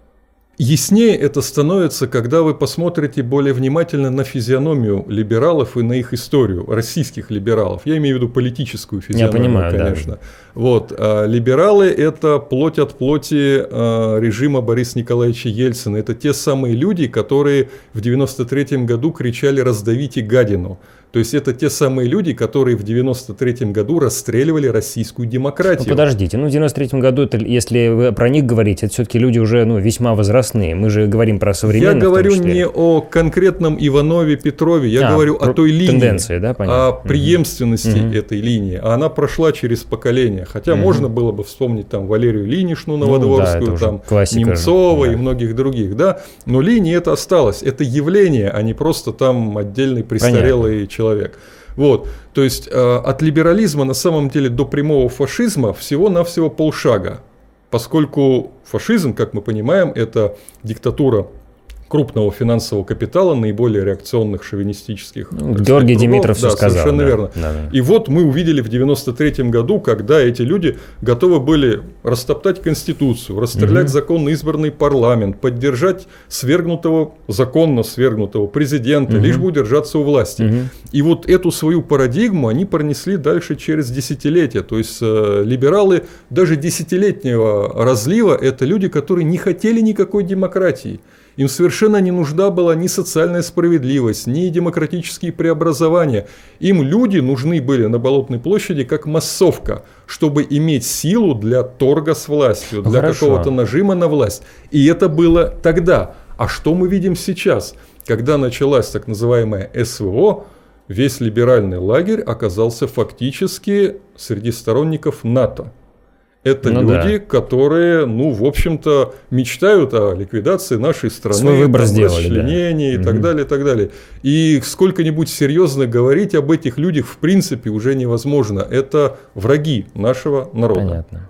яснее это становится, когда вы посмотрите более внимательно на физиономию либералов и на их историю, российских либералов. Я имею в виду политическую физиономию, Я понимаю, конечно. Да. Вот, а, либералы – это плоть от плоти а, режима Бориса Николаевича Ельцина. Это те самые люди, которые в девяносто третьем году кричали «раздавите гадину». То есть это те самые люди, которые в девяносто третьем году расстреливали российскую демократию. Ну, подождите, ну в девяносто третьем году, это, если вы про них говорите, это все-таки люди уже ну, весьма возрастные. Мы же говорим про современных. Я говорю не о конкретном Иванове, Петрове, я а, говорю о той линии, тенденции, да, понятно. О преемственности угу. этой линии. А она прошла через поколения. Хотя угу. можно было бы вспомнить там Валерию Ильиничну Новодворскую, ну, да, там Немцова да. и многих других, да. Но линия это осталась. Это явление, а не просто там отдельный престарелый человек. человек. Вот. То есть э, от либерализма на самом деле до прямого фашизма всего-навсего полшага, поскольку фашизм, как мы понимаем, это диктатура крупного финансового капитала, наиболее реакционных шовинистических. Ну, Георгий Димитров все да, сказал. Совершенно да, верно. Да, да. И вот мы увидели в девяносто третьем году, когда эти люди готовы были растоптать Конституцию, расстрелять угу. законно избранный парламент, поддержать свергнутого, законно свергнутого президента, угу. лишь бы удержаться у власти. Угу. И вот эту свою парадигму они пронесли дальше через десятилетия. То есть э, либералы даже десятилетнего разлива – это люди, которые не хотели никакой демократии. Им совершенно не нужна была ни социальная справедливость, ни демократические преобразования. Им люди нужны были на Болотной площади как массовка, чтобы иметь силу для торга с властью, для Хорошо. какого-то нажима на власть. И это было тогда. А что мы видим сейчас? Когда началась так называемая эс вэ о, весь либеральный лагерь оказался фактически среди сторонников НАТО. Это ну, люди, да. которые, ну, в общем-то, мечтают о ликвидации нашей страны, свой выбор сделали, расчленении да. и угу. так далее, и так далее. И сколько-нибудь серьезно говорить об этих людях в принципе уже невозможно. Это враги нашего народа. Понятно.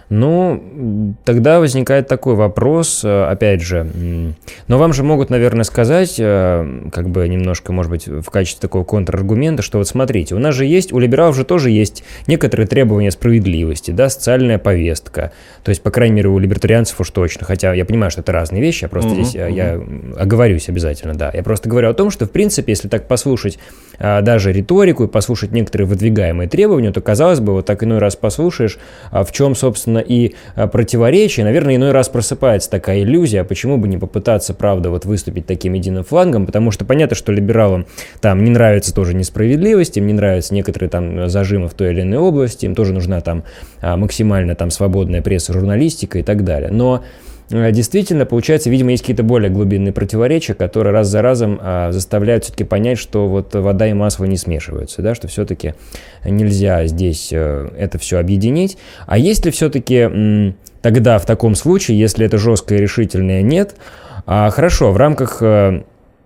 Ну, тогда возникает такой вопрос, опять же, но вам же могут, наверное, сказать, как бы немножко, может быть, в качестве такого контраргумента, что вот смотрите, у нас же есть, у либералов же тоже есть некоторые требования справедливости, да, социальная повестка, то есть, по крайней мере, у либертарианцев уж точно, хотя я понимаю, что это разные вещи, я просто uh-huh, здесь, uh-huh. я оговорюсь обязательно, да, я просто говорю о том, что, в принципе, если так послушать даже риторику и послушать некоторые выдвигаемые требования, то, казалось бы, вот так иной раз послушаешь, в чем, собственно, и противоречия, наверное, иной раз просыпается такая иллюзия, почему бы не попытаться, правда, вот выступить таким единым флангом, потому что понятно, что либералам там не нравится тоже несправедливость, им не нравятся некоторые там зажимы в той или иной области, им тоже нужна там максимально там свободная пресса, журналистика и так далее, но действительно, получается, видимо, есть какие-то более глубинные противоречия, которые раз за разом а, заставляют все-таки понять, что вот вода и масло не смешиваются, да, что все-таки нельзя здесь а, это все объединить. А есть ли все-таки м, тогда в таком случае, если это жесткое и решительное нет, а, хорошо, в рамках, ну,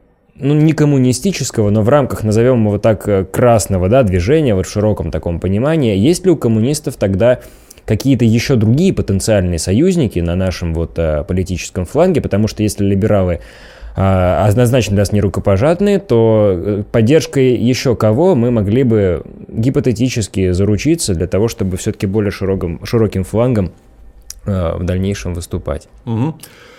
не коммунистического, но в рамках, назовем его так, красного, да, движения, вот в широком таком понимании, есть ли у коммунистов тогда какие-то еще другие потенциальные союзники на нашем вот политическом фланге, потому что если либералы однозначно для нас не рукопожатные, то поддержкой еще кого мы могли бы гипотетически заручиться для того, чтобы все-таки более широким, широким флангом в дальнейшем выступать. Угу.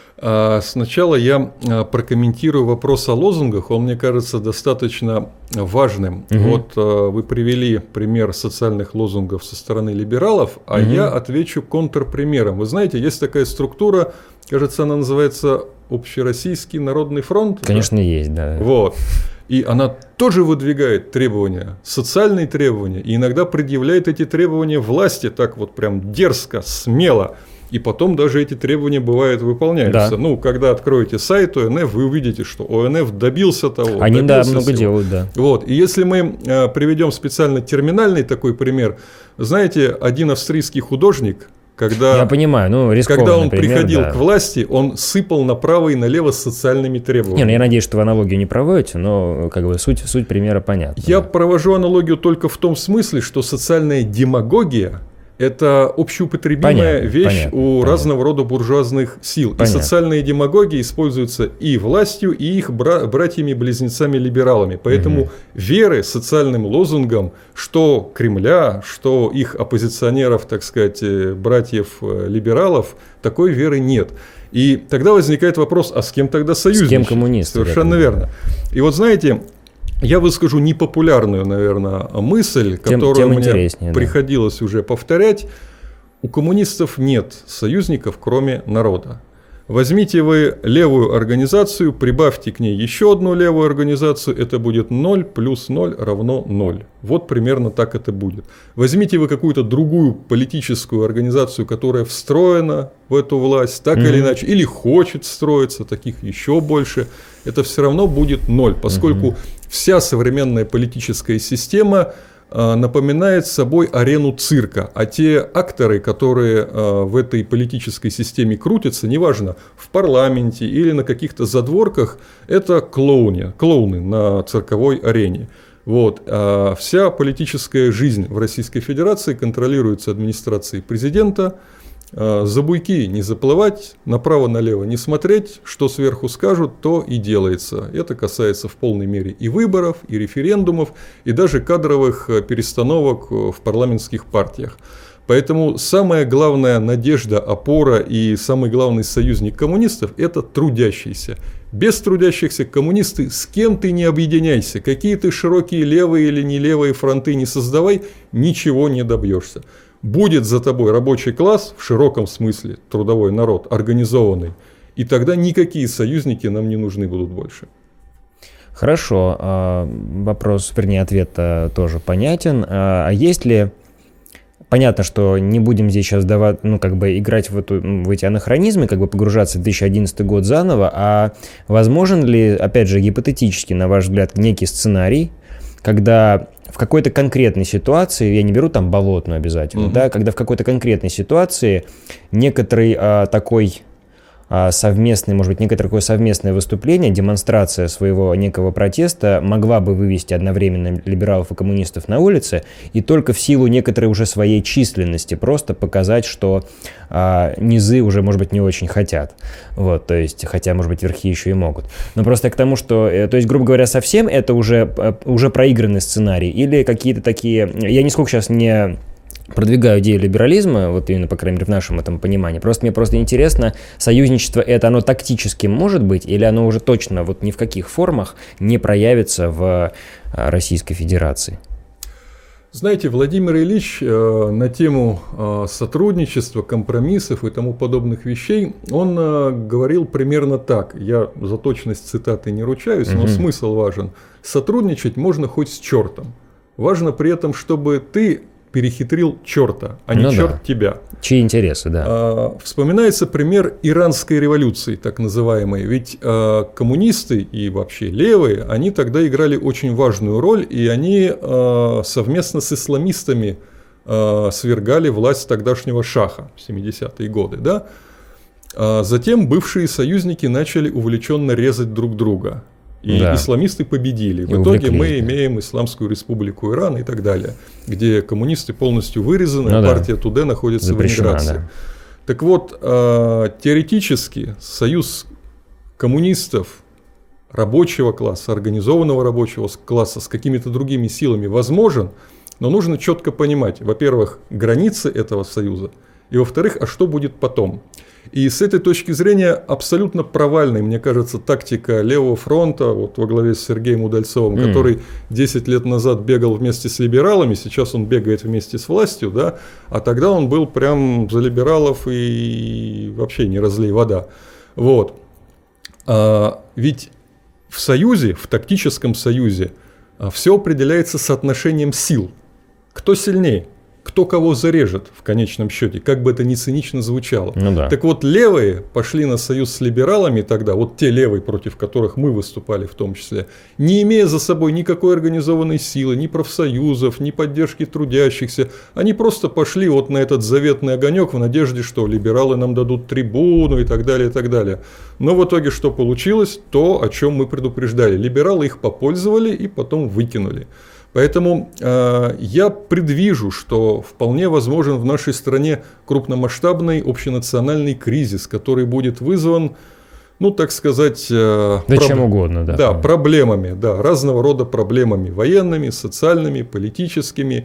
Сначала я прокомментирую вопрос о лозунгах, он, мне кажется, достаточно важным. Угу. Вот вы привели пример социальных лозунгов со стороны либералов, а угу. я отвечу контрпримером. Вы знаете, есть такая структура, кажется, она называется Общероссийский народный фронт. Конечно, да? Есть, да. Вот. И она тоже выдвигает требования, социальные требования, и иногда предъявляет эти требования власти так вот прям дерзко, смело. И потом даже эти требования бывают выполняются. Да. Ну, когда откроете сайт О Эн Эф, вы увидите, что О Эн Эф добился того. Они, добился да, много всего. делают, да. Вот. И если мы э, приведем специально терминальный такой пример, знаете, один австрийский художник, когда, я понимаю, ну, рискованный когда он пример, приходил да. к власти, он сыпал направо и налево с социальными требованиями. Не, ну, я надеюсь, что вы аналогию не проводите, но как бы суть, суть примера понятна. Я да. провожу провожу аналогию только в том смысле, что социальная демагогия – это общеупотребимая понятно, вещь понятно, у понятно. разного рода буржуазных сил. Понятно. И социальная демагогия используется и властью, и их бра- братьями-близнецами-либералами. Поэтому угу. веры социальным лозунгам, что Кремля, что их оппозиционеров, так сказать, братьев-либералов, такой веры нет. И тогда возникает вопрос, а с кем тогда союзничать? С кем коммунисты? Совершенно верно. И вот знаете... Я выскажу непопулярную, наверное, мысль, тем, которую тем мне да. приходилось уже повторять. У коммунистов нет союзников, кроме народа. Возьмите вы левую организацию, прибавьте к ней еще одну левую организацию, это будет ноль плюс ноль равно ноль. Вот примерно так это будет. Возьмите вы какую-то другую политическую организацию, которая встроена в эту власть, так mm-hmm. или иначе, или хочет встроиться, таких еще больше, это все равно будет ноль, поскольку mm-hmm. вся современная политическая система напоминает собой арену цирка, а те акторы, которые в этой политической системе крутятся, неважно, в парламенте или на каких-то задворках, это клоуны, клоуны на цирковой арене. Вот. А вся политическая жизнь в Российской Федерации контролируется администрацией президента. За буйки не заплывать, направо-налево не смотреть, что сверху скажут, то и делается. Это касается в полной мере и выборов, и референдумов, и даже кадровых перестановок в парламентских партиях. Поэтому самая главная надежда, опора и самый главный союзник коммунистов – это трудящиеся. Без трудящихся коммунисты с кем ты не объединяйся, какие ты широкие левые или не левые фронты не создавай, ничего не добьешься. Будет за тобой рабочий класс, в широком смысле трудовой народ, организованный, и тогда никакие союзники нам не нужны будут больше. Хорошо, вопрос, вернее, ответ тоже понятен. А есть ли, понятно, что не будем здесь сейчас давать, ну, как бы играть в, эту, в эти анахронизмы, как бы погружаться в две тысячи одиннадцатый год заново, а возможен ли, опять же, гипотетически, на ваш взгляд, некий сценарий, когда в какой-то конкретной ситуации, я не беру там болотную обязательно, угу. да, когда в какой-то конкретной ситуации некоторый а, такой а, совместный, может быть, некоторое такое совместное выступление, демонстрация своего некого протеста могла бы вывести одновременно либералов и коммунистов на улицы, и только в силу некоторой уже своей численности просто показать, что а, низы уже, может быть, не очень хотят. Вот, то есть, хотя, может быть, верхи еще и могут. Но просто к тому, что, то есть, грубо говоря, совсем это уже, уже проигранный сценарий, или какие-то такие, я нисколько сейчас не продвигаю идею либерализма, вот именно, по крайней мере, в нашем этом понимании. Просто мне просто интересно, союзничество это оно тактически может быть, или оно уже точно вот ни в каких формах не проявится в Российской Федерации? Знаете, Владимир Ильич э, на тему э, сотрудничества, компромиссов и тому подобных вещей, он э, говорил примерно так. Я за точность цитаты не ручаюсь, но угу. смысл важен. Сотрудничать можно хоть с чертом. Важно при этом, чтобы ты перехитрил черта, а не ну черт да. тебя. Чьи интересы, да. А, вспоминается пример Иранской революции, так называемой. Ведь а, коммунисты и вообще левые, они тогда играли очень важную роль, и они а, совместно с исламистами э, свергали власть тогдашнего шаха в семидесятые годы. Да? А затем бывшие союзники начали увлеченно резать друг друга. И да. исламисты победили. В и итоге мы имеем Исламскую республику Иран и так далее, где коммунисты полностью вырезаны, ну, а партия да. Тудэ находится запрещена, в эмиграции. Да. Так вот, теоретически союз коммунистов, рабочего класса, организованного рабочего класса с какими-то другими силами возможен, но нужно четко понимать, во-первых, границы этого союза, и во-вторых, а что будет потом. И с этой точки зрения абсолютно провальной, мне кажется, тактика Левого фронта, вот во главе с Сергеем Удальцовым, mm. который десять лет назад бегал вместе с либералами, сейчас он бегает вместе с властью, да, а тогда он был прям за либералов и вообще не разлей вода. Вот. А, ведь в союзе, в тактическом союзе, все определяется соотношением сил. Кто сильнее? Кто кого зарежет в конечном счете, как бы это ни цинично звучало. Ну да. Так вот, левые пошли на союз с либералами тогда, вот те левые, против которых мы выступали в том числе, не имея за собой никакой организованной силы, ни профсоюзов, ни поддержки трудящихся. Они просто пошли вот на этот заветный огонек в надежде, что либералы нам дадут трибуну и так далее, и так далее. Но в итоге что получилось? То, о чем мы предупреждали. Либералы их попользовали и потом выкинули. Поэтому э, я предвижу, что вполне возможен в нашей стране крупномасштабный общенациональный кризис, который будет вызван, ну, так сказать, э, да проб... чем угодно, да, да, проблемами, да, разного рода проблемами военными, социальными, политическими.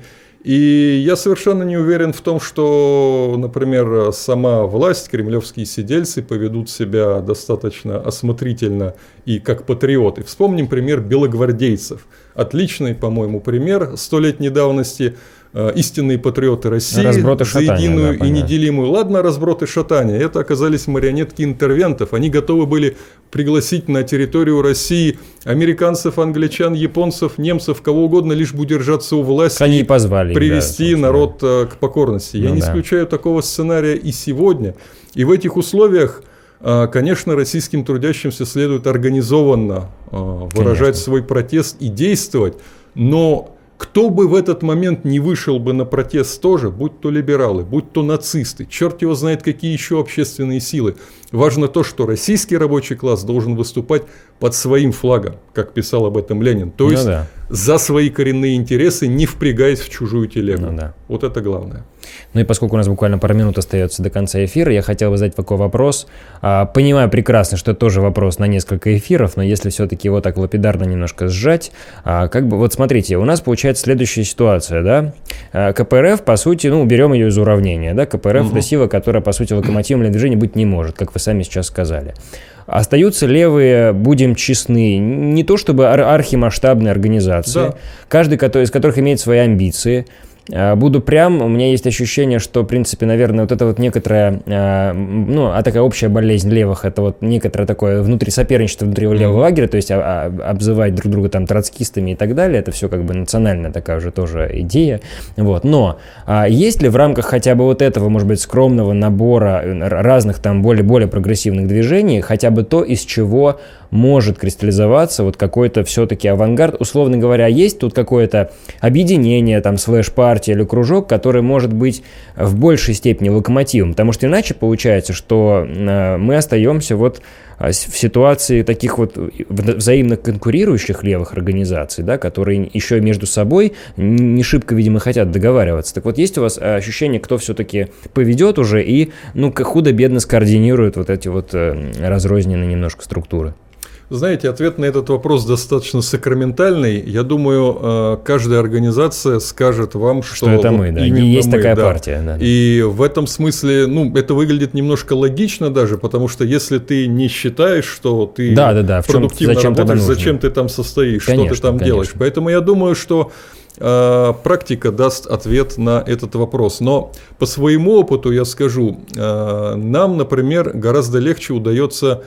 И я совершенно не уверен в том, что, например, сама власть, кремлевские сидельцы поведут себя достаточно осмотрительно и как патриоты. Вспомним пример белогвардейцев. Отличный, по-моему, пример столетней давности. Истинные патриоты России за единую да, и неделимую. Ладно, разброд и шатание. Это оказались марионетки интервентов. Они готовы были пригласить на территорию России американцев, англичан, японцев, немцев, кого угодно, лишь бы удержаться у власти. Они и позвали. Привести да, народ к покорности. Я ну, не да. исключаю такого сценария и сегодня. И в этих условиях, конечно, российским трудящимся следует организованно выражать конечно. свой протест и действовать. Но кто бы в этот момент не вышел бы на протест тоже, будь то либералы, будь то нацисты, черт его знает какие еще общественные силы. Важно то, что российский рабочий класс должен выступать под своим флагом, как писал об этом Ленин. То есть ну, да. за свои коренные интересы, не впрягаясь в чужую телегу. Ну, да. Вот это главное. Ну и поскольку у нас буквально пару минут остается до конца эфира, я хотел бы задать такой вопрос. Понимаю прекрасно, что это тоже вопрос на несколько эфиров, но если все-таки его так лапидарно немножко сжать, как бы вот смотрите, у нас получается следующая ситуация, да? ка пэ эр эф, по сути, ну, уберем ее из уравнения, да? ка пэ эр эф угу. это сила, которая, по сути, локомотивом для движения быть не может, как вы сами сейчас сказали. Остаются левые, будем честны, не то чтобы ар- архимасштабные организации, да. каждый из которых имеет свои амбиции. Буду прям, у меня есть ощущение, что, в принципе, наверное, вот это вот некоторая, ну, а такая общая болезнь левых, это вот некоторое такое внутри соперничество внутри левого лагеря, то есть обзывать друг друга там троцкистами и так далее, это все как бы национальная такая уже тоже идея, вот. Но есть ли в рамках хотя бы вот этого, может быть, скромного набора разных там более-более прогрессивных движений, хотя бы то, из чего может кристаллизоваться вот какой-то все-таки авангард, условно говоря, есть тут какое-то объединение, там, слэш-партия или кружок, который может быть в большей степени локомотивом, потому что иначе получается, что э, мы остаемся вот в ситуации таких вот взаимно конкурирующих левых организаций, да, которые еще между собой не шибко, видимо, хотят договариваться. Так вот, есть у вас ощущение, кто все-таки поведет уже и, ну, худо-бедно скоординирует вот эти вот разрозненные немножко структуры? Знаете, ответ на этот вопрос достаточно сакраментальный. Я думаю, каждая организация скажет вам, что, что это вот мы, да, и есть мы, такая да. партия. Да. И в этом смысле, ну, это выглядит немножко логично даже, потому что если ты не считаешь, что ты да, да, да. продуктивно чем, зачем работаешь, зачем ты там состоишь, конечно, что ты там конечно. делаешь. Поэтому я думаю, что э, практика даст ответ на этот вопрос. Но по своему опыту я скажу, э, нам, например, гораздо легче удается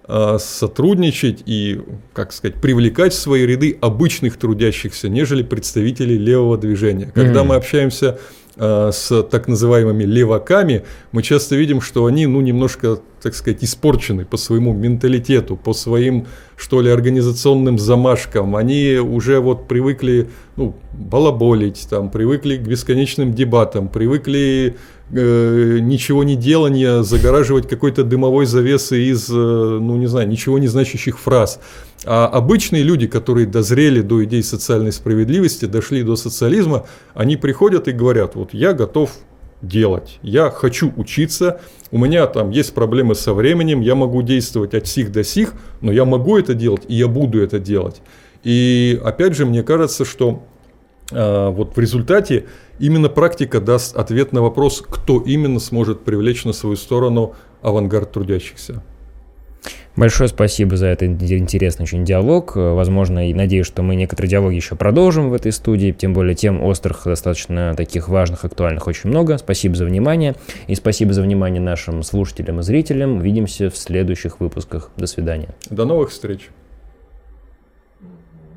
сотрудничать и, как сказать, привлекать в свои ряды обычных трудящихся, нежели представителей левого движения. Когда mm-hmm. мы общаемся э, с так называемыми леваками, мы часто видим, что они, ну, немножко так сказать, испорчены по своему менталитету, по своим, что ли, организационным замашкам. Они уже вот привыкли, ну, балаболить, там, привыкли к бесконечным дебатам, привыкли э, ничего не делания, загораживать какой-то дымовой завесой из, э, ну, не знаю, ничего не значащих фраз. А обычные люди, которые дозрели до идей социальной справедливости, дошли до социализма, они приходят и говорят: вот я готов делать, я хочу учиться, у меня там есть проблемы со временем, я могу действовать от сих до сих, но я могу это делать, и я буду это делать. И опять же, мне кажется, что э, вот в результате именно практика даст ответ на вопрос, кто именно сможет привлечь на свою сторону авангард трудящихся. Большое спасибо за этот интересный очень диалог. Возможно, и надеюсь, что мы некоторые диалоги еще продолжим в этой студии, тем более тем острых, достаточно таких важных, актуальных очень много. Спасибо за внимание. И спасибо за внимание нашим слушателям и зрителям. Увидимся в следующих выпусках. До свидания. До новых встреч.